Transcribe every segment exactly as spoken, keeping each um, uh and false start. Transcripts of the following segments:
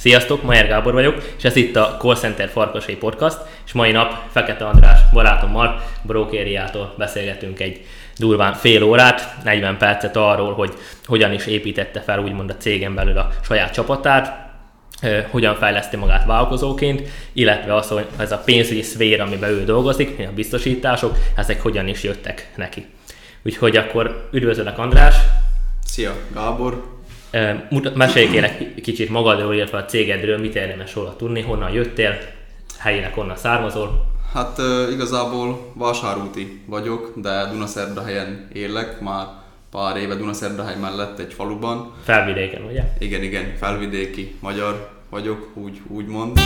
Sziasztok, Mayer Gábor vagyok, és ez itt a Call Center Farkasai Podcast, és mai nap Fekete András barátommal, Brokeriától beszélgetünk egy durván fél órát, negyven percet arról, hogy hogyan is építette fel úgymond a cégen belül a saját csapatát, hogyan fejleszti magát vállalkozóként, illetve az, hogy ez a pénzügyi szféra, amiben ő dolgozik, a biztosítások, ezek hogyan is jöttek neki. Úgyhogy akkor üdvözöllek, András! Szia, Gábor! Mesélj kérlek kicsit magadról, illetve a cégedről, mit érdemes róla tudni, honnan jöttél, helyileg honnan származol? Hát igazából vásárúti vagyok, de Dunaszerdahelyen élek, már pár éve Dunaszerdahely mellett egy faluban. Felvidéken, ugye? Igen, igen, felvidéki magyar vagyok, úgy, úgy mond.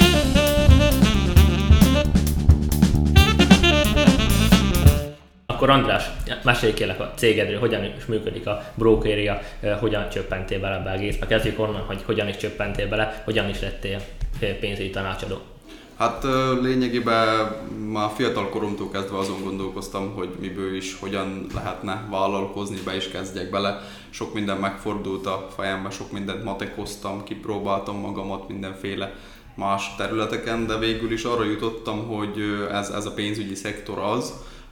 Akkor András, mesélj kérlek a cégedről, hogyan is működik a Brokeria, hogyan csöppentél bele ebbe egészbe. Kezdjük onnan, hogy hogyan is csöppentél bele, hogyan is lettél pénzügyi tanácsadó. Hát lényegében már fiatal koromtól kezdve azon gondolkoztam, hogy miből is, hogyan lehetne vállalkozni, be is kezdjek bele. Sok minden megfordult a fejembe, sok mindent matekoztam, kipróbáltam magamat mindenféle más területeken, de végül is arra jutottam, hogy ez, ez a pénzügyi szektor az,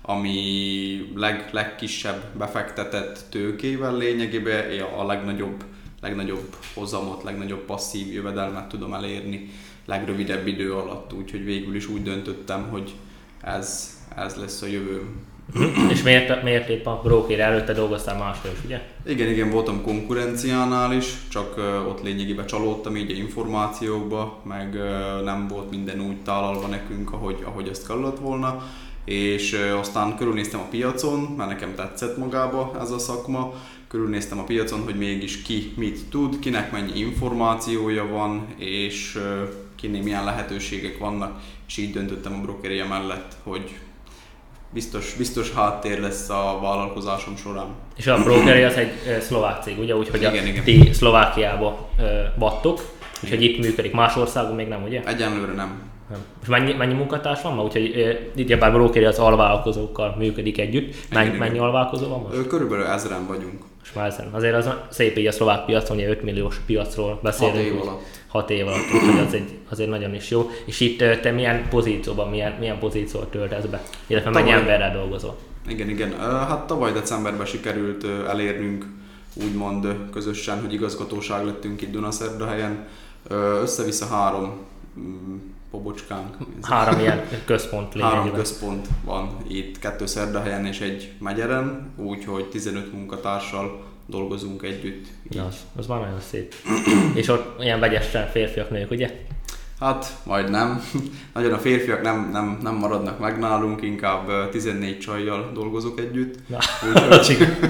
ami leg, legkisebb befektetett tőkével lényegében a legnagyobb, legnagyobb hozamot, legnagyobb passzív jövedelmet tudom elérni legrövidebb idő alatt, úgyhogy végül is úgy döntöttem, hogy ez, ez lesz a jövőm. És miért, miért épp a broker előtte dolgoztál máshol is, ugye? Igen, igen, voltam konkurenciánál is, csak uh, ott lényegében csalódtam így a információkba, meg uh, nem volt minden úgy tálalva nekünk, ahogy, ahogy ezt kellett volna. És uh, aztán körülnéztem a piacon, mert nekem tetszett magába ez a szakma, körülnéztem a piacon, hogy mégis ki mit tud, kinek mennyi információja van, és uh, kinél milyen lehetőségek vannak, és így döntöttem a Brokeria mellett, hogy biztos, biztos háttér lesz a vállalkozásom során. És a Brokeria az egy szlovák cég, ugye? Úgyhogy igen, a, igen. ti Szlovákiában vattok, és hogy itt működik, más országon még nem, ugye? Egyenlőre nem. Nem. És mennyi, mennyi munkatárs van ma? Úgyhogy itt bár Brokeria az alvállalkozókkal működik együtt. Mennyi, igen, mennyi alvállalkozó van most? Körülbelül ezren vagyunk. És már ezen. Azért az szép így a szlovák piacon, ugye öt milliós piacról beszélünk. hat év alatt. hat év alatt, úgyhogy az egy, azért nagyon is jó. És itt te milyen pozícióban, milyen, milyen pozíciót töltesz be? Illetve mennyi tavaly... emberrel dolgozol? Igen, igen. Hát tavaly decemberben sikerült elérnünk úgymond közösen, hogy igazgatóság lettünk itt Dunaszerdahelyen. Össze-vissza három pobocskánk. Három ilyen központ lényegében. Három központ van itt, kettő Szerdahelyen és egy Megyeren, úgyhogy tizenöt munkatársal dolgozunk együtt. Ja, az, az már nagyon szép. És ott ilyen vegyesen férfiak, nők, ugye? Hát, majd nem. Nagyon a férfiak nem, nem, nem maradnak meg nálunk, inkább tizennégy csajjal dolgozok együtt. Na, úgyhogy... az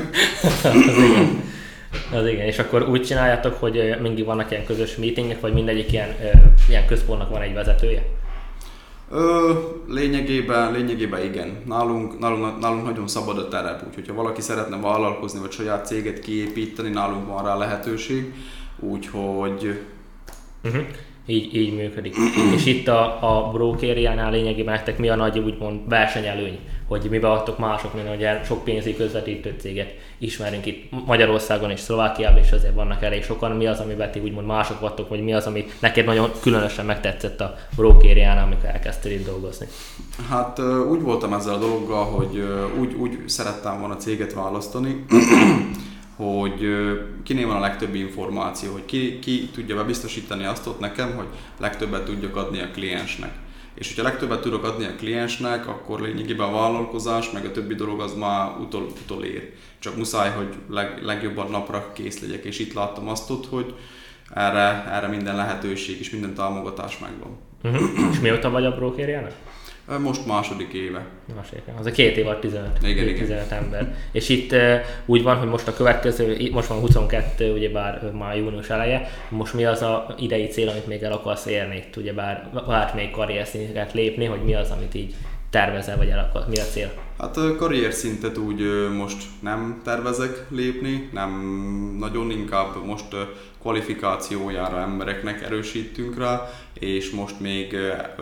igen. Az igen, és akkor úgy csináljátok, hogy mindig vannak ilyen közös meetingek, vagy mindegyik ilyen, ilyen központnak van egy vezetője? Ö, lényegében, lényegében igen. Nálunk, nálunk, nálunk nagyon szabad a terep, úgyhogy ha valaki szeretne vállalkozni, vagy saját céget kiépíteni, nálunk van rá lehetőség, úgyhogy... Uh-huh. Így, így működik. És itt a, a Brokeriánál lényegében nektek mi a nagy úgymond versenyelőny, hogy mivel adtok mások, mint hogy sok pénzügyi közvetítő céget ismerünk itt Magyarországon és Szlovákiában, és azért vannak elég sokan. Mi az, amiben ti úgymond mások vagytok, vagy mi az, ami neked nagyon különösen megtetszett a Brokeriánál, amikor elkezdtél itt dolgozni? Hát úgy voltam ezzel a dologgal, hogy úgy, úgy szerettem volna céget választani, hogy kinél van a legtöbb információ, hogy ki, ki tudja bebiztosítani azt ott nekem, hogy legtöbbet tudjak adni a kliensnek. És hogyha legtöbbet tudok adni a kliensnek, akkor lényegében a vállalkozás, meg a többi dolog az már utol, utolér. Csak muszáj, hogy leg, legjobban napra kész legyek, és itt láttam azt ott, hogy erre, erre minden lehetőség és minden támogatás megvan. Uh-huh. És mióta vagy a Brokeriának? Most második éve. Második. Az a két év alatt tizenöt, igen, tizenöt igen. ember. És itt uh, úgy van, hogy most a következő, most van huszonkettő, ugyebár már június eleje, most mi az a idei cél, amit még el akarsz érni itt, ugyebár várt még karrierszintet lépni, hogy mi az, amit így tervezel, vagy el akar, mi a cél? Hát karrier szintet úgy most nem tervezek lépni, nem nagyon, inkább most kvalifikációjára embereknek erősítünk rá, és most még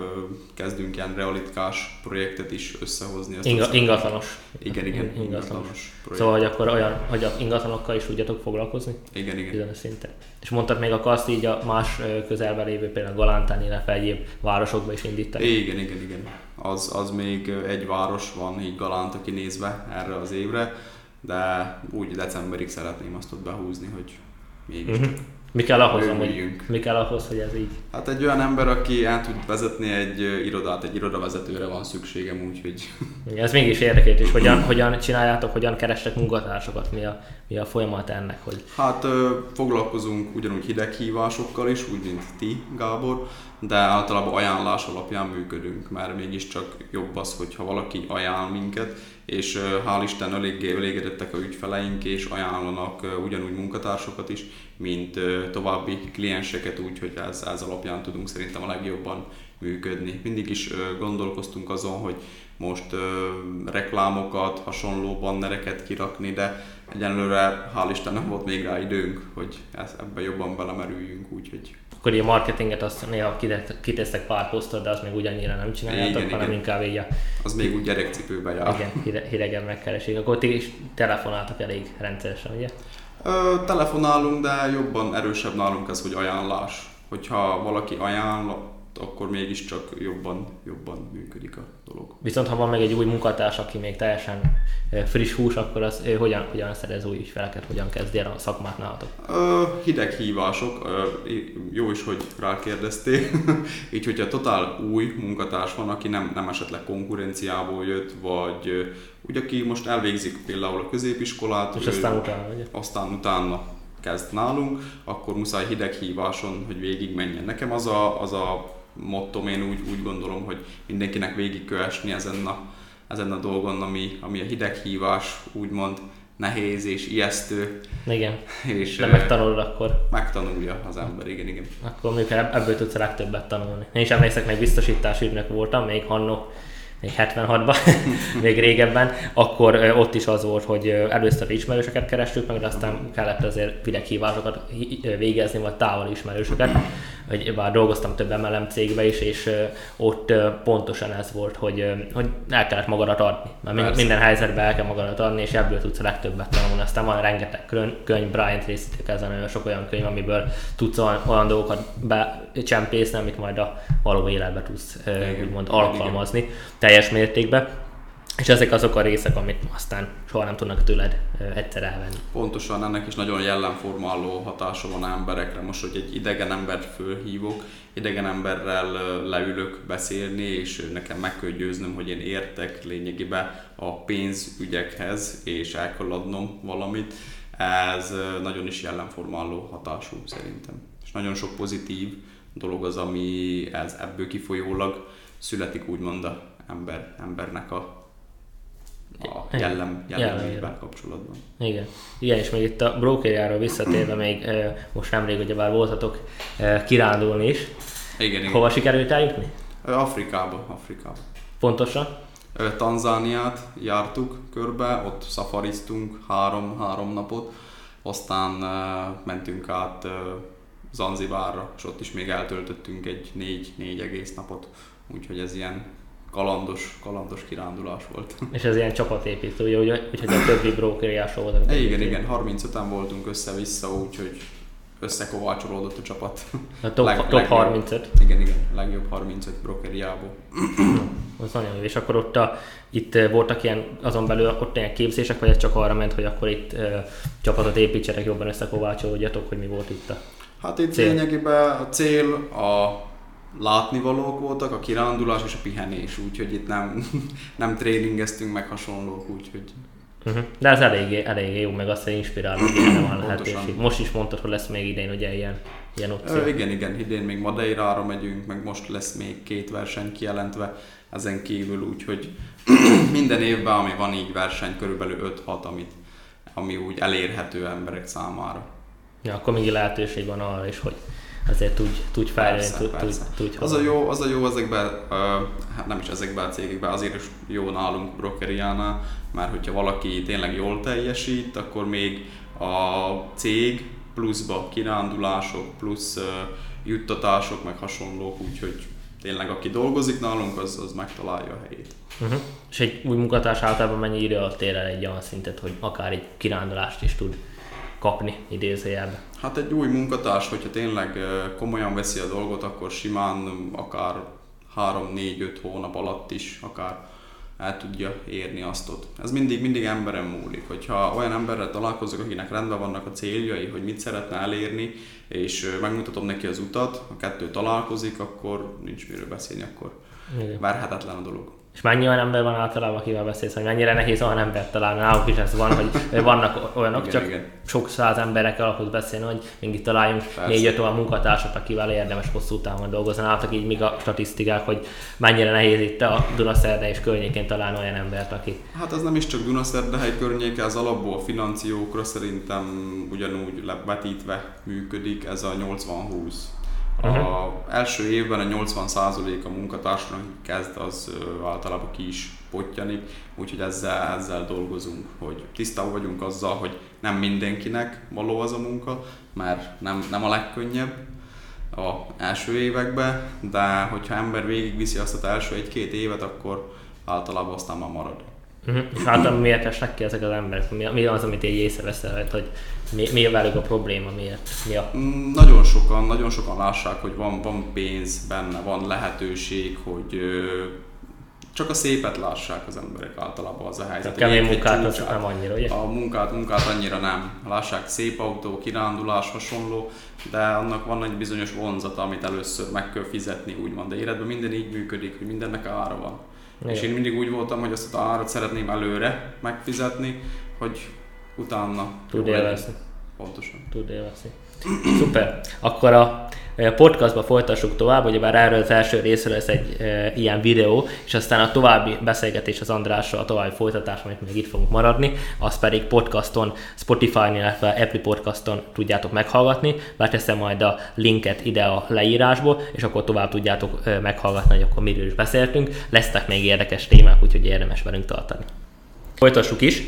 kezdünk ilyen realitkás projektet is összehozni. Inga, ingatlanos. Igen, igen, ingatlanos. ingatlanos projekt. Szóval, hogy akkor olyan, hogy a ingatlanokkal is tudjatok foglalkozni? Igen, igen. Bizonyos szinten. És mondtad még akarsz így a más közelben lévő, például Galántán, illetve egyéb városokba is indítani? Igen, igen, igen. Az, az még egy város van így Galánta kinézve erre az évre, de úgy decemberig szeretném azt ott behúzni, hogy mégis uh-huh. Mi kell ahhoz, hogy, mi kell ahhoz, hogy ez így? Hát egy olyan ember, aki el tud vezetni egy irodát, egy irodavezetőre van szükségem, úgyhogy... Ez mégis érdekelt is. Hogyan, hogyan csináljátok, hogyan kerestek munkatársakat? Mi a, mi a folyamat ennek? Hogy... Hát foglalkozunk ugyanúgy hideghívásokkal is, úgy, mint ti, Gábor, de általában ajánlás alapján működünk, mert mégiscsak jobb az, hogyha valaki ajánl minket, és hál' Isten eléggé elégedettek a ügyfeleink, és ajánlanak ugyanúgy munkatársakat is, mint további klienseket, úgyhogy ez, ez alapján tudunk szerintem a legjobban működni. Mindig is gondolkoztunk azon, hogy most reklámokat, hasonló bannereket kirakni, de egyenlőre hál' Isten nem volt még rá időnk, hogy ebbe jobban belemerüljünk, úgyhogy... Akkor a marketinget azt néha kitesztek pár posztot, de az még ugyannyira nem csináljátok, igen, hanem igen. Inkább így a... Az még úgy gyerekcipőben jár. Igen, hidegen megkeresik. Akkor ti is telefonáltak elég rendszeresen, ugye? Ö, telefonálunk, de jobban erősebb nálunk ez, hogy ajánlás. Hogyha valaki ajánl, akkor mégiscsak jobban, jobban működik a dolog. Viszont ha van meg egy új munkatárs, aki még teljesen friss hús, akkor az hogyan, hogyan szerez új ügyfeleket, hogyan kezd el a szakmát nálatok? Hideghívások, jó is, hogy rákérdeztél. Így, hogyha totál új munkatárs van, aki nem, nem esetleg konkurenciából jött, vagy úgy, aki most elvégzik például a középiskolát, és aztán utána, ugye? Aztán utána kezd nálunk, akkor muszáj hideghíváson, hogy végig menjen. Nekem az a, az a mottom, én úgy, úgy gondolom, hogy mindenkinek végig kell esni ezen a, ezen a dolgon, ami, ami a hideghívás úgymond nehéz és ijesztő. Igen, és de megtanulod akkor. Megtanulja az ember, igen, igen. Akkor mondjuk ebből tudsz a legtöbbet tanulni. Én is emlékszek, meg biztosítási ügynök voltam, még anno még hetvenhatban, még régebben, akkor ott is az volt, hogy először ismerősöket kerestük meg, de aztán kellett azért videghívásokat végezni, vagy távoli ismerősöket. Hogy bár dolgoztam több em el em cégbe is, és ott pontosan ez volt, hogy, hogy el kellett magadat adni. Mert Persze. minden helyzetben el kell magadat adni, és ebből tudsz a legtöbbet tanulni. Aztán van rengeteg könyv, Brian Tracy-től kezdve nagyon sok olyan könyv, amiből tudsz olyan, olyan dolgokat becsempészni, amit majd a való életbe tudsz igen, úgymond alkalmazni igen. teljes mértékben. És ezek azok a részek, amit aztán soha nem tudnak tőled egyszer elvenni. Pontosan, ennek is nagyon jellemformáló hatása van emberekre. Most, hogy egy idegen embert fölhívok, idegen emberrel leülök beszélni, és nekem meg kell győznöm, hogy én értek lényegében a pénzügyekhez, és el kell adnom valamit. Ez nagyon is jellemformáló hatású szerintem. És nagyon sok pozitív dolog az, ami ez, ebből kifolyólag születik úgymond a ember, embernek a a jellem, jellemével kapcsolatban. Igen. Igen, és még itt a brokerjáról visszatérve még most nemrég ugyebár voltatok kirándulni is. Igen, igen. Hova sikerült eljutni? Afrikába, Afrikába. Pontosan? Tanzániát jártuk körbe, ott szafariztunk három, három napot, aztán mentünk át Zanzibárra, és ott is még eltöltöttünk egy négy, négy egész napot, úgyhogy ez ilyen kalandos, kalandos kirándulás volt. És ez ilyen csapatépítő, ugye, úgy, úgyhogy a többi brokerjás volt. Igen, igen, harmincöten voltunk össze-vissza, úgyhogy összekovácsolódott a csapat. A top, Leg, top harmincöt? Igen, igen, legjobb harmincöt brokerjából. Az nagyon jó, és akkor ott a, itt voltak ilyen, azon belül ott ilyen képzések, vagy ez csak arra ment, hogy akkor itt uh, csapatot építsetek, jobban összekovácsolódjatok, hogy mi volt itt a Hát itt cél? lényegében a cél a látnivalók voltak, a kirándulás és a pihenés, úgyhogy itt nem, nem tréningeztünk meg hasonlók, úgyhogy... Uh-huh. De ez eléggé, eléggé jó, meg azt, hogy inspiráló, hogy van lehetőség. Most is mondtad, hogy lesz még idén ugye ilyen, ilyen opció. Ö, igen, igen, idén még Madeirára megyünk, meg most lesz még két verseny kijelentve ezen kívül, úgyhogy minden évben, ami van így verseny, körülbelül öt-hat, amit, ami úgy elérhető emberek számára. Ja, akkor még lehetőség van arra is, hogy azért tudj, tudj fejlődni, persze, tudj, persze. tudj az, a jó, az a jó ezekben, uh, hát nem is ezekben a cégekben, azért is jó nálunk Brokeriánál, mert hogyha valaki tényleg jól teljesít, akkor még a cég pluszba kirándulások, plusz uh, juttatások, meg hasonlók, úgyhogy tényleg aki dolgozik nálunk, az, az megtalálja a helyét. Uh-huh. És egy új munkatárs általában mennyi idő alatt ér el egy olyan szintet, hogy akár egy kirándulást is tud kapni idézőjelben? Hát egy új munkatárs, hogyha tényleg komolyan veszi a dolgot, akkor simán akár három-négy-öt hónap alatt is akár el tudja érni azt ott. Ez mindig, mindig emberen múlik. Hogyha olyan emberrel találkozok, akinek rendben vannak a céljai, hogy mit szeretne elérni, és megmutatom neki az utat, a kettő találkozik, akkor nincs miről beszélni, akkor igen. Verhetetlen a dolog. És mennyi olyan ember van általában, akivel beszélsz, hogy mennyire nehéz olyan embert találni? Nálunk is ez van, hogy vannak olyanok, igen, csak igen. sok száz emberekkel ahhoz beszélni, hogy mindig találjunk négy-öt olyan munkatársat, akivel érdemes hosszú távon dolgozni. Nálatok így még a statisztikák, hogy mennyire nehéz itt a Dunaszerdei és környékén találni olyan embert, aki... Hát ez nem is csak Dunaszerdei környéke, az alapból a financiókra szerintem ugyanúgy vetítve működik, ez a nyolcvan-húsz. Uh-huh. Az első évben a nyolcvan százalék a munkatársnak kezd, az általában ki is pottyanik, úgyhogy ezzel, ezzel dolgozunk, hogy tisztában vagyunk azzal, hogy nem mindenkinek való az a munka, mert nem, nem a legkönnyebb az első években, de hogyha ember végigviszi azt az első egy-két évet, akkor általában aztán már marad. Uh-huh. És általában miért esnek ki ezek az emberek? Mi, mi az, amit így észreveszel, hogy mi, mi velük a probléma, miért? Mi a... Nagyon sokan, nagyon sokan lássák, hogy van, van pénz benne, van lehetőség, hogy ö, csak a szépet lássák az emberek általában, az a helyzet. A kemény munkát az nem annyira, ugye? A munkát, munkát annyira nem. Lássák szép autó, kirándulás, hasonló, de annak van egy bizonyos vonzata, amit először meg kell fizetni, úgymond. De életben minden így működik, hogy mindennek ára van. Igen. És én mindig úgy voltam, hogy azt az árat szeretném előre megfizetni, hogy utána tud élvezni. Pontosan. Tud élvezni. Szuper. Akkor a podcastba folytassuk tovább, ugyebár erről az első részről lesz egy e, ilyen videó, és aztán a további beszélgetés az Andrással, a további folytatás, amit még itt fogunk maradni, az pedig podcaston, Spotify-n, illetve Apple Podcaston tudjátok meghallgatni, beteszem majd a linket ide a leírásba, és akkor tovább tudjátok e, meghallgatni, hogy akkor miről is beszéltünk. Lesznek még érdekes témák, úgyhogy érdemes velünk tartani. Folytassuk is.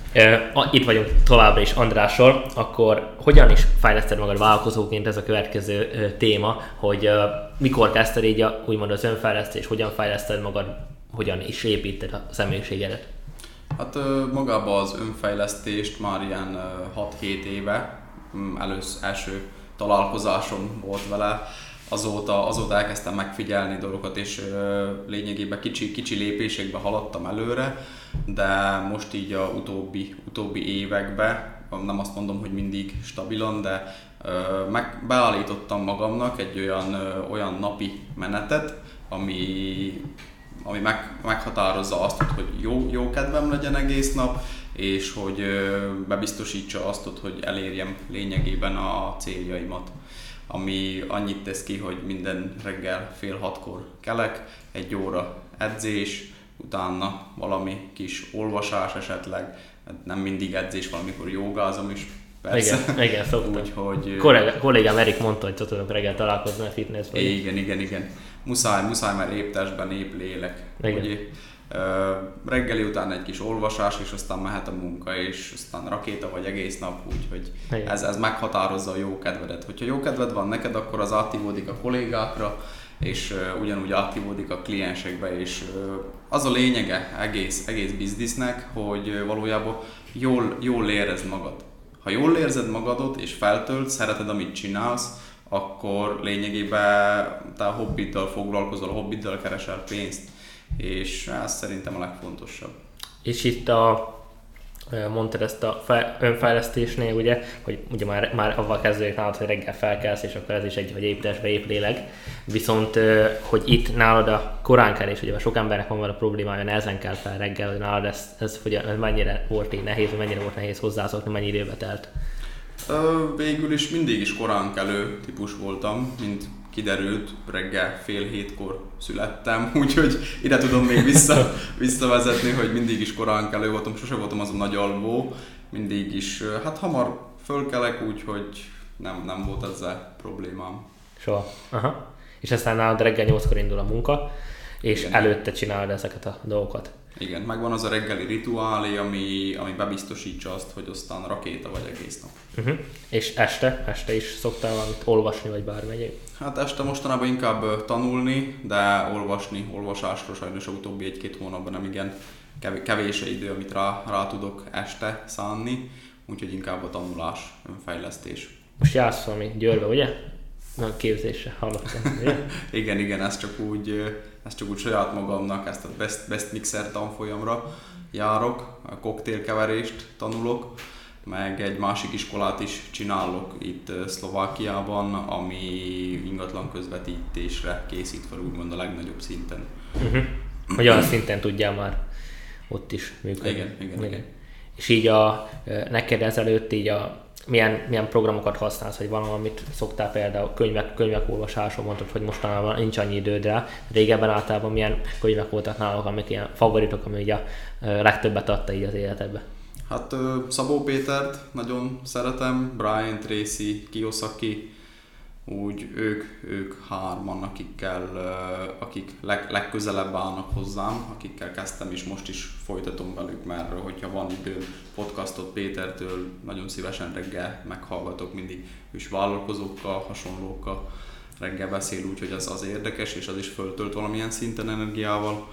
Itt vagyunk továbbra is Andrással, akkor hogyan is fejleszted magad vállalkozóként, ez a következő téma, hogy mikor kezdted így a, úgymond az önfejlesztés, hogyan fejleszted magad, hogyan is építed a személyiségedet? Hát magába az önfejlesztést már ilyen hat-hét éve, először első találkozásom volt vele, azóta, azóta elkezdtem megfigyelni dolgokat, és lényegében kicsi, kicsi lépésekbe haladtam előre, de most így a utóbbi, utóbbi években, nem azt mondom, hogy mindig stabilan, de meg, beállítottam magamnak egy olyan, olyan napi menetet, ami, ami meg, meghatározza azt, hogy jó, jó kedvem legyen egész nap, és hogy bebiztosítsa azt, hogy elérjem lényegében a céljaimat. Ami annyit tesz ki, hogy minden reggel fél hatkor kelek, egy óra edzés, utána valami kis olvasás esetleg, nem mindig edzés, valamikor jogázom is, persze. Igen, igen, szoktam. Úgyhogy... Kollégám, kollégám Erik mondta, hogy tudok reggel találkozni a fitnessben. Igen, igen, igen. Muszáj, muszáj, mert épp testben, épp lélek. Ugye, reggeli után egy kis olvasás, és aztán mehet a munka, és aztán rakéta vagy egész nap, úgyhogy ez, ez meghatározza a jó kedvedet. Hogyha jó kedved van neked, akkor az átívódik a kollégákra, és uh, ugyanúgy átívódik a kliensekbe, és uh, az a lényege egész, egész biznisznek, hogy uh, valójában jól, jól érezd magad. Ha jól érzed magadot, és feltölt, szereted, amit csinálsz, akkor lényegében te a hobbiddal foglalkozol, a hobbiddal keresel pénzt, és ez szerintem a legfontosabb. És itt a, mondtad ezt a önfejlesztésnél, ugye, hogy ugye már, már avval kezdődik nálad, hogy reggel felkelsz, és akkor ez is egy, hogy épp testbe, épp lélek. Viszont, hogy itt nálad a koránkelés, ugye sok embernek van vele problémája, nehezen kell fel reggel, hogy nálad ez, ez, hogy ez mennyire volt így nehéz, vagy mennyire volt nehéz hozzászokni, mennyi időbe telt? Végül is mindig is koránkelő típus voltam, mint kiderült, reggel fél hétkor születtem, úgyhogy ide tudom még vissza, visszavezetni, hogy mindig is koránkelő voltam, sose voltam az a nagy alvó, mindig is, hát hamar fölkelek, úgyhogy nem, nem volt ezzel problémám. Soha. Aha. És aztán nálad reggel nyolckor indul a munka, és igen, előtte csinálod ezeket a dolgokat. Igen, megvan az a reggeli rituálé, ami, ami bebiztosítsa azt, hogy aztán rakéta vagy egész nap. Uh-huh. És este? Este is szoktál valamit olvasni, vagy bármi egyéb? Hát este mostanában inkább tanulni, de olvasni, olvasásra sajnos a utóbbi egy-két hónapban nem igen kevés idő, amit rá, rá tudok este szánni, úgyhogy inkább a tanulás, önfejlesztés. Most jársz valami Győrbe, ugye? Na, képzésre hallottam, ugye? igen, igen, ez csak úgy, ez csak úgy saját magamnak, ezt a Best, Best Mixer tanfolyamra járok, a koktélkeverést tanulok, meg egy másik iskolát is csinálok itt Szlovákiában, ami ingatlan közvetítésre készít fel úgymond a legnagyobb szinten. Uh-huh. Hogy olyan szinten tudjál már ott is működni. Igen, igen, igen. igen. És így a, neked ezelőtt így a Milyen, milyen programokat használsz, hogy valamit szoktál például könyvek, könyvek olvasáson, mondtad, hogy mostanában nincs annyi időd rá. Régebben általában milyen könyvek voltak náluk, amik ilyen favoritok, ami ugye a legtöbbet adta így az életedbe? Hát Szabó Pétert nagyon szeretem, Brian Tracy, Kiyosaki, úgy ők, ők hárman, akikkel, akik leg, legközelebb állnak hozzám, akikkel kezdtem és most is folytatom velük, mert hogyha van időm podcastot Pétertől, nagyon szívesen reggel meghallgatok, mindig is vállalkozókkal, hasonlókkal reggel beszél, úgyhogy az, az érdekes, és az is föltölt valamilyen szinten energiával.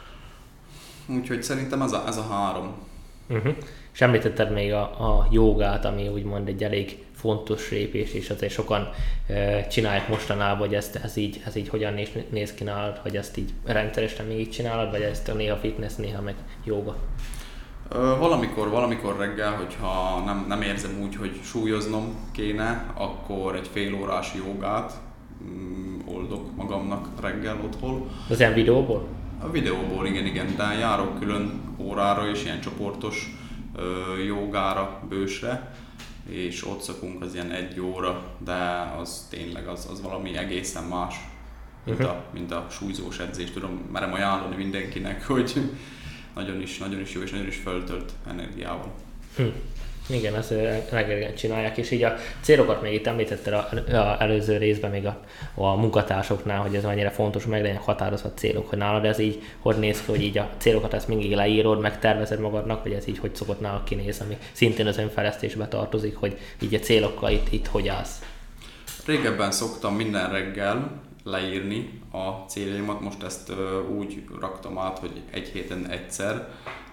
Úgyhogy szerintem ez a, ez a három. Uh-huh. És említetted még a, a jogát, ami úgymond egy elég fontos lépés, és azért sokan e, csinálják mostanában, hogy ezt, ez, így, ez így hogyan néz, néz ki nálad, hogy ezt így rendszeresen még így csinálod, vagy ezt néha fitness, néha meg jóga? Valamikor, valamikor reggel, hogyha nem, nem érzem úgy, hogy súlyoznom kéne, akkor egy fél órás jogát mm, oldok magamnak reggel otthon. Az ilyen videóból? A videóból, igen, igen, de járok külön órára és ilyen csoportos ö, jogára, bősre, és ott szokunk az ilyen egy óra, de az tényleg az, az valami egészen más, mint, uh-huh. a, mint a súlyzós edzés. Tudom, merem ajánlani mindenkinek, hogy nagyon is, nagyon is jó és nagyon is föltölt energiával. Hm. Igen, ezt reggel csinálják, és így a célokat még itt említetted az előző részben még a, a munkatársoknál, hogy ez mennyire fontos, hogy meg legyenek határozott célok, hogy nálad ez így, hogy néz ki, hogy így a célokat ezt mindig leírod, megtervezed magadnak, hogy ez így hogy szokott nálad kinézni, ami szintén az önfejlesztésbe tartozik, hogy így a célokkal itt, itt hogy állsz? Régebben szoktam minden reggel leírni a céljaimat, most ezt uh, úgy raktam át, hogy egy héten egyszer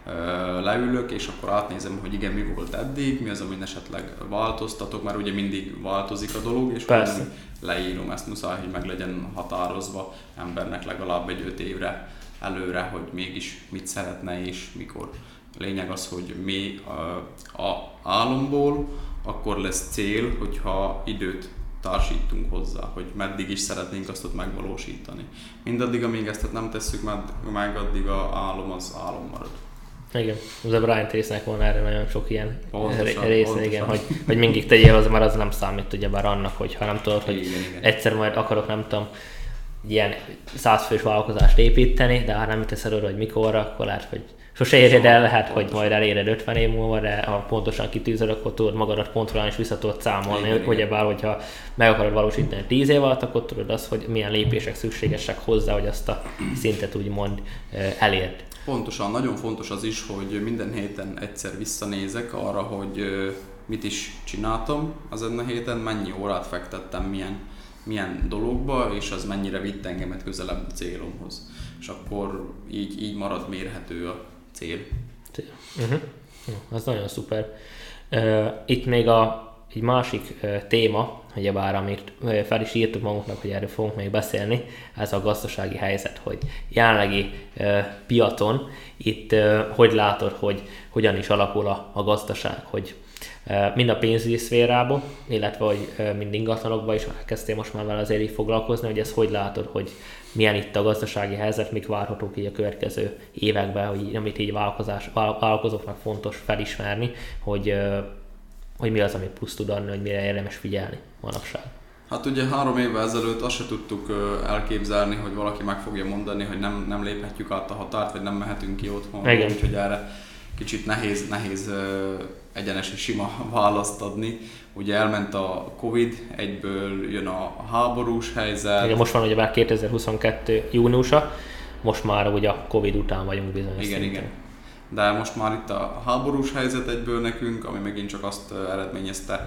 leülök, és akkor átnézem, hogy igen, mi volt eddig, mi az, amin esetleg változtatok, mert ugye mindig változik a dolog, és leírom, ezt muszáj, hogy meg legyen határozva embernek legalább egy öt évre előre, hogy mégis mit szeretne és mikor. A lényeg az, hogy mi a, a álomból akkor lesz cél, hogyha időt társítunk hozzá, hogy meddig is szeretnénk azt ott megvalósítani. Mindaddig, amíg ezt nem tesszük meg, addig a álom az álom marad. Igen, az a Brian Tracy-nek van erre nagyon sok ilyen pontosan, része, pontosan. Igen, hogy, hogy mindig tegyél hozzá, mert az nem számít ugyebár annak, hogy ha nem tudod, hogy igen, igen. egyszer majd akarok, nem tudom, ilyen százfős vállalkozást építeni, de ha nem teszed oda, hogy mikorra, akkor lehet, hogy sose érjed el, lehet, pontosan. Hogy majd eléred ötven év múlva, de ha pontosan kitűzöd, akkor tudod magadat kontrollálni és vissza tudod számolni, igen, hogy ugyebár, hogyha meg akarod valósítani tíz év alatt, akkor tudod azt, hogy milyen lépések szükségesek hozzá, hogy azt a szintet úgymond elérd. Pontosan, nagyon fontos az is, hogy minden héten egyszer visszanézek arra, hogy mit is csináltam ezen a héten, mennyi órát fektettem, milyen, milyen dologba, és az mennyire vitt engemet közelebb a célomhoz. És akkor így, így marad mérhető a cél. Uh-huh. Az nagyon szuper. Itt még a, egy másik téma, ugyebár amit fel is írtuk magunknak, hogy erről fogunk még beszélni, ez a gazdasági helyzet, hogy jelenlegi e, piacon itt e, hogy látod, hogy hogyan is alakul a, a gazdaság, hogy e, mind a pénzügyi szférában, illetve hogy e, mind ingatlanokban is elkezdtél most már vele azért így foglalkozni, hogy ezt hogy látod, hogy milyen itt a gazdasági helyzet, mik várhatók így a következő években, hogy amit így vállalkozás, vállalkozóknak fontos felismerni, hogy e, hogy mi az, ami plusz tud adni, hogy mire érdemes figyelni manapság. Hát ugye három évvel ezelőtt azt se tudtuk elképzelni, hogy valaki meg fogja mondani, hogy nem, nem léphetjük át a határt, vagy nem mehetünk ki otthon, úgyhogy erre kicsit nehéz, nehéz egyenes és sima választ adni. Ugye elment a Covid, egyből jön a háborús helyzet. Igen, most van ugye már kétezer-huszonkettő júniusa, most már ugye a Covid után vagyunk bizonyos Igen, szinten. igen. De most már itt a háborús helyzet egyből nekünk, ami megint csak azt eredményezte,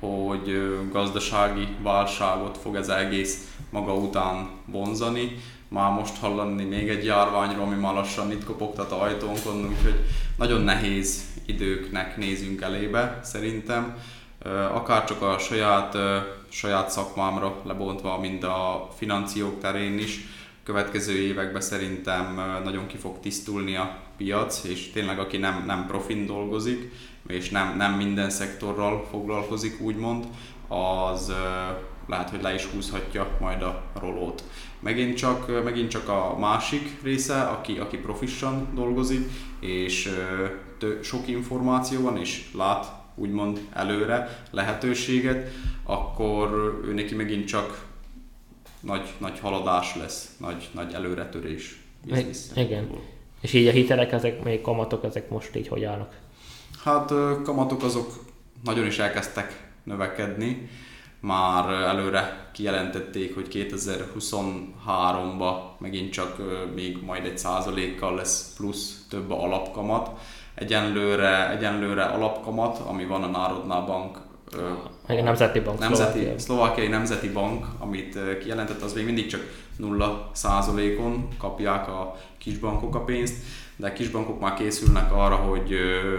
hogy gazdasági válságot fog ez egész maga után vonzani. Már most hallani még egy járványról, ami már lassan itt kopogtat a ajtónkon, úgyhogy nagyon nehéz időknek nézünk elébe szerintem. Akár csak a saját, saját szakmámra lebontva, mind a financiók terén is. Következő években szerintem nagyon ki fog tisztulni a piac, és tényleg aki nem, nem profin dolgozik, és nem, nem minden szektorral foglalkozik úgymond, az lehet, hogy le is húzhatja majd a rolót. Megint csak, megint csak a másik része, aki, aki profisan dolgozik, és tő, sok információ van, és lát úgymond előre lehetőséget, akkor ő neki megint csak nagy, nagy haladás lesz, nagy, nagy előretörés. Igen. És így a hitelek, ezek még kamatok, ezek most így hogy állnak? Hát kamatok azok nagyon is elkezdtek növekedni. Már előre kijelentették, hogy kétezer-huszonháromban megint csak még majd egy százalékkal lesz plusz több a alapkamat. Egyenlőre, egyenlőre alapkamat, ami van a Národná Bank, a Nemzeti Bank, Nemzeti, Szlovákiai. Szlovákiai Nemzeti Bank, amit kijelentett, az még mindig csak nulla százalékon kapják a kisbankok a pénzt, de a kisbankok már készülnek arra, hogy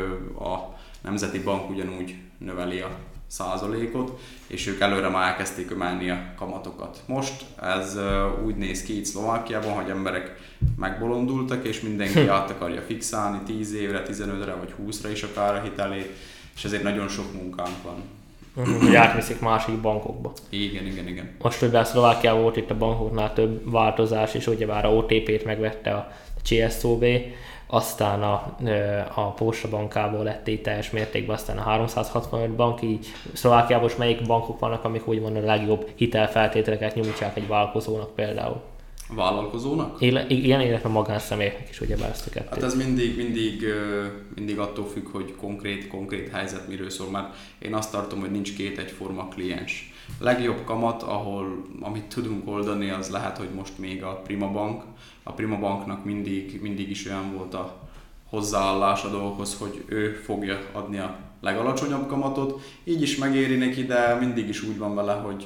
a Nemzeti Bank ugyanúgy növeli a százalékot, és ők előre már elkezdték emelni a kamatokat. Most ez úgy néz ki itt Szlovákiában, hogy emberek megbolondultak, és mindenki át akarja fixálni tíz évre, tizenötre vagy húszra is akár a hitelét, és ezért nagyon sok munkánk van. Hogy átviszik másik bankokba. Igen, igen, igen. Most, hogy a Szlovákiában volt itt a bankoknál több változás, és ugye már a o té pét megvette a cé es o bé, aztán a, a Posta bankából lett így teljes mértékben, aztán a háromszázhatvanöt bank, így Szlovákiában most melyik bankok vannak, amik úgymond a legjobb hitelfeltételeket nyújtsák egy vállalkozónak például? A vállalkozónak? Éle, igen, illetve magánszemélyeknek is ugye ezt a kettőt. Hát ez mindig, mindig, mindig attól függ, hogy konkrét, konkrét helyzet miről szól, mert én azt tartom, hogy nincs két egyforma kliens. A legjobb kamat, ahol, amit tudunk oldani, az lehet, hogy most még a Prima Bank. A Prima Banknak mindig, mindig is olyan volt a hozzáállás a dolgokhoz, hogy ő fogja adni a legalacsonyabb kamatot. Így is megéri neki, de mindig is úgy van vele, hogy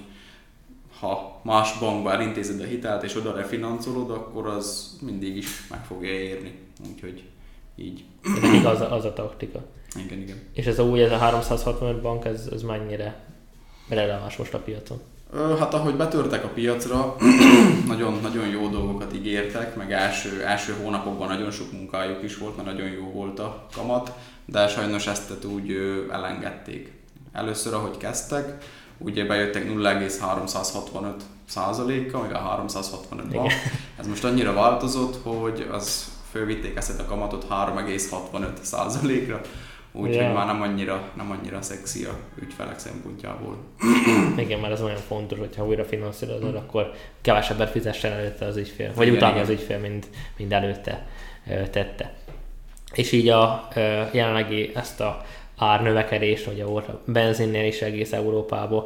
ha más bankba elintézed a hitelt és oda refinanszolod, akkor az mindig is meg fogja érni. Úgyhogy így. Mindig az, az a taktika. Igen, igen. És ez a új, ez a háromszázhatvanöt bank, ez, ez mennyire releváns most a piacon? Hát ahogy betörtek a piacra, nagyon, nagyon jó dolgokat ígértek, meg első, első hónapokban nagyon sok munkájuk is volt, mert nagyon jó volt a kamat, de sajnos ezt úgy elengedték. Először, ahogy kezdtek, ugye bejöttek nulla egész háromszázhatvanöt százalékkal, meg a háromszázhatvanöt-ban. Ez most annyira változott, hogy az fölvitték ezt a kamatot három egész hatvanöt százalékra, úgyhogy yeah. már nem annyira, nem annyira szexi a ügyfelek szempontjából. Igen, mert ez nagyon fontos, hogyha újra finanszírozod, hmm. akkor kevesebbet fizessen előtte az ügyfél, vagy igen, utána igen. az ügyfél, mint, mint előtte tette. És így a jelenlegi ezt a árnövekedést, ugye volt a benzinnél is egész Európában,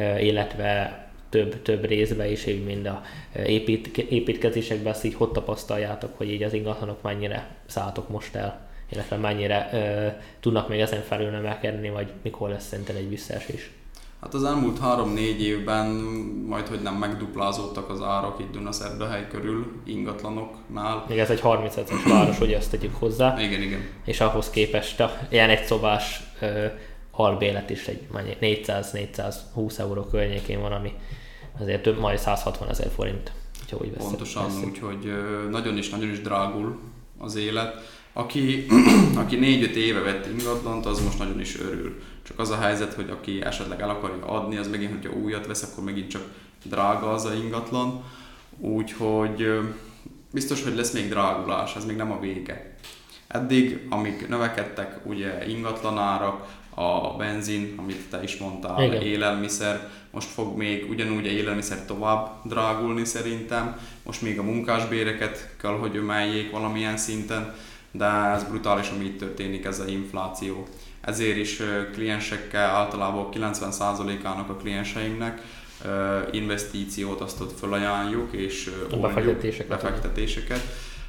illetve több, több részben is, így mind a épít, építkezésekben, ezt így hogy tapasztaljátok, hogy így az ingatlanok mennyire szálltok most el, illetve mennyire ö, tudnak még ezen felül növekedni, vagy mikor lesz szerinted egy visszaesés? Hát az elmúlt három-négy évben majd, hogy nem megduplázódtak az árak itt Dunaszerdahely körül ingatlanoknál. Még ez egy harmincezres város, hogy ezt tegyük hozzá. Igen, igen. És ahhoz képest a ilyen egyszobás ö, albélet is egy négyszáz-négyszázhúsz euró környékén van, ami azért több, majd százhatvan ezer forint. Úgy pontosan, úgyhogy nagyon is, nagyon is drágul az élet. Aki, aki négy-öt éve vett ingatlant, az most nagyon is örül. Csak az a helyzet, hogy aki esetleg el akarja adni, az megint, hogyha újat vesz, akkor megint csak drága az a ingatlan. Úgyhogy biztos, hogy lesz még drágulás, ez még nem a vége. Eddig, amíg növekedtek ugye ingatlanárak, a benzin, amit te is mondtál, igen. Élelmiszer, most fog még ugyanúgy a élelmiszer tovább drágulni szerintem. Most még a munkásbéreket kell, hogy emeljék valamilyen szinten, de ez brutális, ami itt történik, ez az infláció. ezért is kliensekkel, általában kilencven százalékának a klienseimnek investíciót azt ott felajánljuk, és befektetéseket. befektetéseket,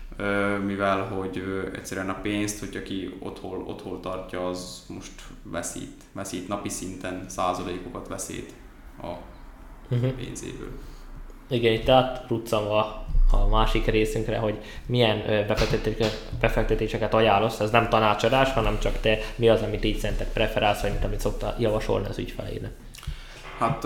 mivel hogy egyszerűen a pénzt, hogy aki otthon, otthon tartja, az most veszít, veszít napi szinten százalékokat veszít a uh-huh. pénzéből. Igen, itt átruccanva a másik részünkre, hogy milyen befektetéseket, befektetéseket ajánlasz, ez nem tanácsadás, hanem csak te mi az, amit így szerinted preferálsz, vagy amit szoktál javasolni az ügyfeleinek. Hát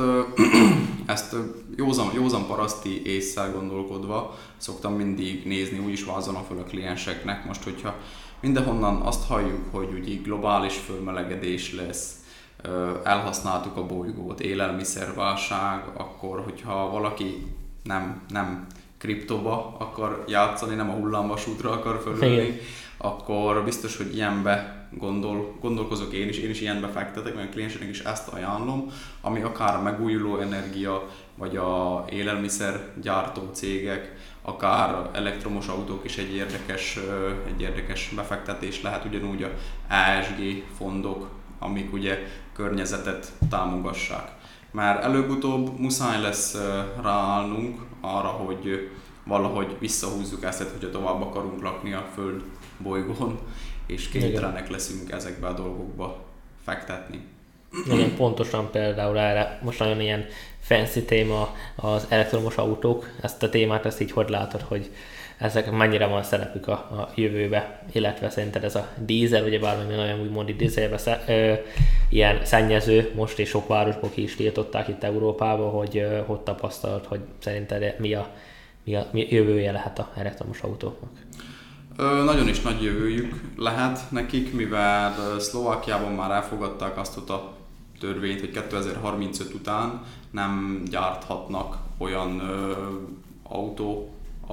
ezt józan, józan paraszti ésszel gondolkodva szoktam mindig nézni, úgyis vázolom fel a klienseknek. Most, hogyha mindenhonnan azt halljuk, hogy ugye globális fölmelegedés lesz, elhasználtuk a bolygót, élelmiszerválság, akkor hogyha valaki nem, nem kriptoba akar játszani, nem a hullámvasútra akar fölülni, akkor biztos, hogy ilyenbe gondol, gondolkozok én is, én is ilyenbe fektetek, mert a klienseknek is ezt ajánlom, ami akár a megújuló energia, vagy a élelmiszergyártó cégek, akár elektromos autók is egy érdekes, egy érdekes befektetés lehet, ugyanúgy a E S G fondok, amik ugye környezetet támogassák. Már előbb-utóbb muszáj lesz ráállnunk arra, hogy valahogy visszahúzzuk ezt, hogyha tovább akarunk lakni a Föld bolygón, és kénytelenek leszünk ezekbe a dolgokba fektetni. Igen, pontosan például erre most nagyon ilyen fancy téma az elektromos autók. Ezt a témát, ezt így hogy látod, hogy ezek mennyire van szerepük a, a jövőbe, illetve szerinted ez a dízel, ugye bármilyen olyan úgymond dízelbe sze, ö, ilyen szennyező, most és sok városból ki is tiltották itt Európában, hogy ö, hogy tapasztalod, hogy szerinted mi a, mi a mi jövője lehet az elektromos autóknak? Ö, nagyon is nagy jövőjük lehet nekik, mivel Szlovákiában már elfogadták azt a törvényt, hogy kétezer-harmincöt után nem gyárthatnak olyan ö, autó,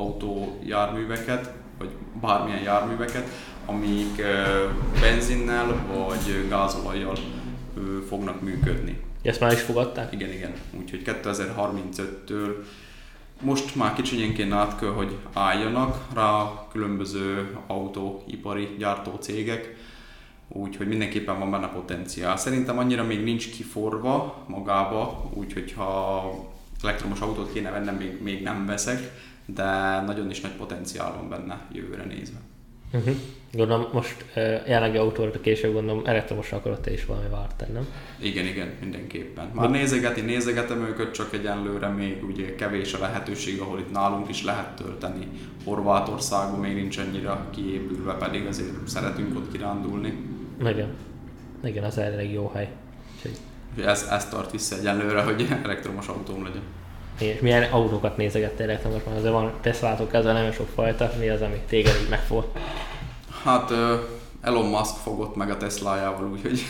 autójárműveket, vagy bármilyen járműveket, amik ö, benzinnel vagy gázolajjal ö, fognak működni. Ezt már is fogadták? Igen, igen. Úgyhogy kétezer-harmincöttől most már kicsinyénként át kell, hogy álljanak rá különböző autóipari gyártó cégek, úgyhogy mindenképpen van benne potenciál. Szerintem annyira még nincs kiforva magába, úgyhogy ha elektromos autót kéne vennem, még, még nem veszek, de nagyon is nagy potenciál van benne jövőre nézve. Uh-huh. Gondolom most uh, jelenlegi autóra később gondolom elektromosra akarod te is valami vártani, nem? Igen, igen, mindenképpen. Már nézegeti, nézegetem őket, csak egyenlőre még ugye kevés a lehetőség, ahol itt nálunk is lehet tölteni. Horvátországban még nincs annyira kiépülve, pedig azért szeretünk ott kirándulni. Igen, igen, az elég jó hely. Úgyhogy... Ez, ez tart vissza egyenlőre, hogy elektromos autóm legyen. És milyen autókat nézegettél elektromos? Azért van Teslátok ezzel nagyon sok fajta, mi az, ami téged így megfog? Hát uh, Elon Musk fogott meg a Teslájával, úgyhogy,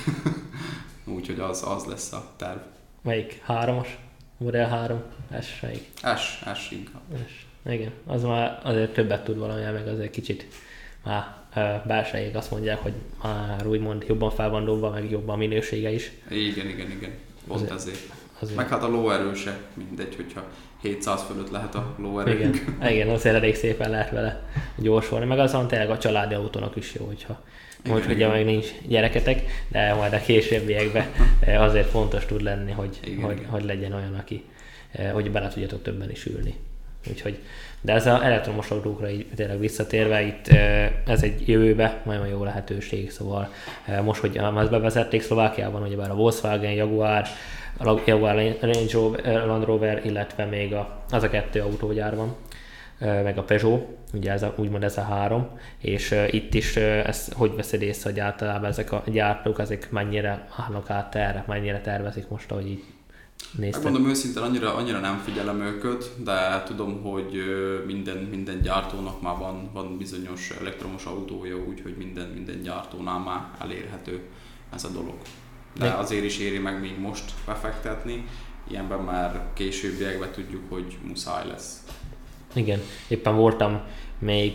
úgyhogy az, az lesz a terv. Melyik? Háromos? Model három? S melyik? S, S inkább. S. Igen, az már azért többet tud valamilyen, meg azért kicsit már uh, belsejék azt mondják, hogy már úgymond jobban fel van dobva, meg jobban minősége is. Igen, igen, igen. Pont azért, ezért. Azért. Meg hát a lóerő se mindegy, hogyha hétszáz fölött lehet a lóerőnk. Igen, igen, azért elég szépen lehet vele gyorsulni, meg azon tényleg a családi autónak is jó, hogyha igen, most ugye még nincs gyereketek, de majd a későbbiekben azért fontos tud lenni, hogy, igen, hogy, igen. hogy legyen olyan, aki, hogy bele tudjatok többen is ülni. Úgyhogy, de ez az elektromos autókra így tényleg visszatérve, itt ez egy jövőbe nagyon jó lehetőség, szóval most, hogy ezt bevezették Szlovákiában, ugyebár a Volkswagen, Jaguar, a Jaguar Range Rover, Land Rover, illetve még a, az a kettő autógyár van, meg a Peugeot, ugye ez a, úgymond ez a három, és itt is ezt hogy veszed észre, hogy általában ezek a gyártók, ezek mennyire állnak át erre, mennyire tervezik most, ahogy így néztek? Megmondom őszintén, annyira, annyira nem figyelem őket, de tudom, hogy minden, minden gyártónak már van, van bizonyos elektromos autója, úgyhogy minden, minden gyártónál már elérhető ez a dolog. De azért is éri meg még most befektetni, ilyenben már későbbiekben tudjuk, hogy muszáj lesz. Igen, éppen voltam még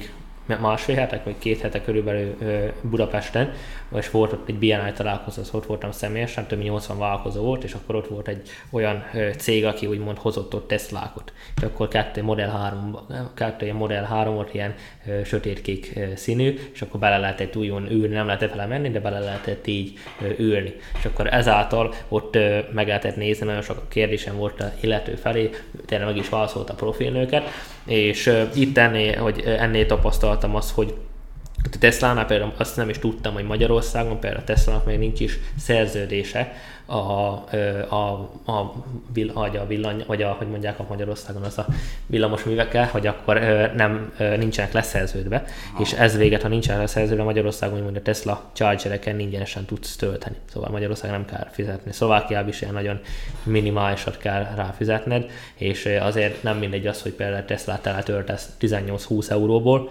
másfél hetek, vagy két hete körülbelül Budapesten, és volt ott egy bé en i találkozó, ott voltam személyesen, több mint nyolcvan vállalkozó volt, és akkor ott volt egy olyan cég, aki úgymond hozott ott Teslákat. És akkor kettő Model három, kettő ilyen Model három volt ilyen sötétkék színű, és akkor bele lehetett újon ülni, nem lehetett vele menni, de bele lehetett így ülni. És akkor ezáltal ott meg lehetett nézni, nagyon sok kérdésem volt az illető felé, tényleg meg is válaszolt a profilnőket, és itt ennél, hogy ennél tapasztaltam azt, hogy a Teslánál például azt nem is tudtam, hogy Magyarországon például a Teslának még nincs is szerződése a, a, a, a, a villany, vagy a, hogy mondják a Magyarországon az a villamos művekkel, hogy akkor nem nincsenek leszerződve, ha. És ez véget, ha nincsenek leszerződve Magyarországon, hogy a Tesla chargereken ingyenesen tudsz tölteni. Szóval Magyarországon nem kell fizetni. Szlovákiában is ilyen nagyon minimálisat kell ráfizetned, és azért nem mindegy az, hogy például a Teslát teletöltesz tizennyolc-húsz euróból,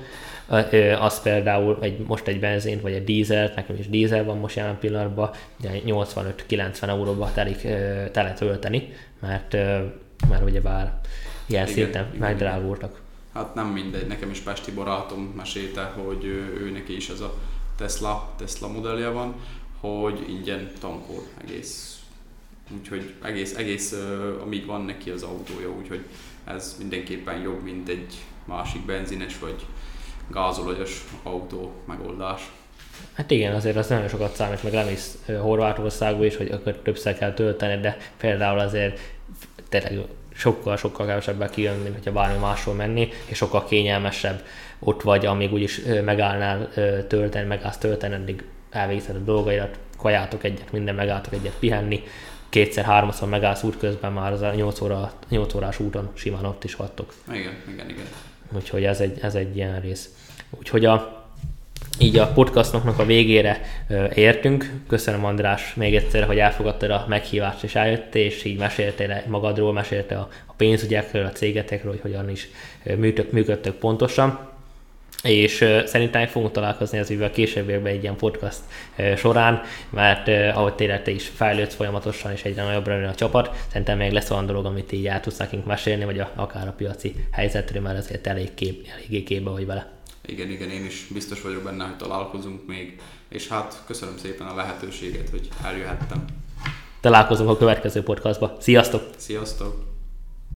az például egy, most egy benzint, vagy egy dízelt, nekem is dízel van most jelen pillanatban, nyolcvanöt-kilencven euróba telik tele tölteni, mert, mert ugyebár ilyen szinten megdrágultak. Hát nem mindegy, nekem is pesti barátom mesélte, hogy ő, ő neki is ez a Tesla, Tesla modellje van, hogy ingyen tankol egész, úgyhogy egész, egész amíg van neki az autója, úgyhogy ez mindenképpen jobb, mint egy másik benzines vagy gázolajos autó megoldás. Hát igen, azért az nagyon sokat számít, meg lemész Horvátországba is, hogy akkor többször kell tölteni, de például azért tényleg sokkal-sokkal kevesebben kijönni, hogyha bármi máshol menni, és sokkal kényelmesebb ott vagy, amíg úgyis megállnál tölteni, megállsz tölteni, addig elvégzed a dolgaidat, kajátok egyet, minden megálltok egyet pihenni, kétszer-háromszor megállsz útközben, már az a nyolc, óra, nyolc órás úton simán ott is hattok. Igen, igen, igen. Úgyhogy ez egy, ez egy ilyen rész. Úgyhogy a, így a podcastnak a végére ö, értünk. Köszönöm, András, még egyszer, hogy elfogadtad a meghívást és eljöttél, és így meséltél magadról, meséltél a, a pénzügyekről, a cégetekről, hogy hogyan is műtök, működtök pontosan. És uh, szerintem fogunk találkozni az a későbbiekben egy ilyen podcast uh, során, mert uh, ahogy tényleg te is fejlődsz folyamatosan, és egyre nagyobbra nő a csapat, szerintem még lesz olyan dolog, amit így el tudsz nekünk mesélni, vagy a, akár a piaci helyzetről, mert ezért elég kép, eléggé képbe vagy vele. Igen, igen, én is biztos vagyok benne, hogy találkozunk még, és hát köszönöm szépen a lehetőséget, hogy eljöhettem. Találkozunk a következő podcastban. Sziasztok! Sziasztok!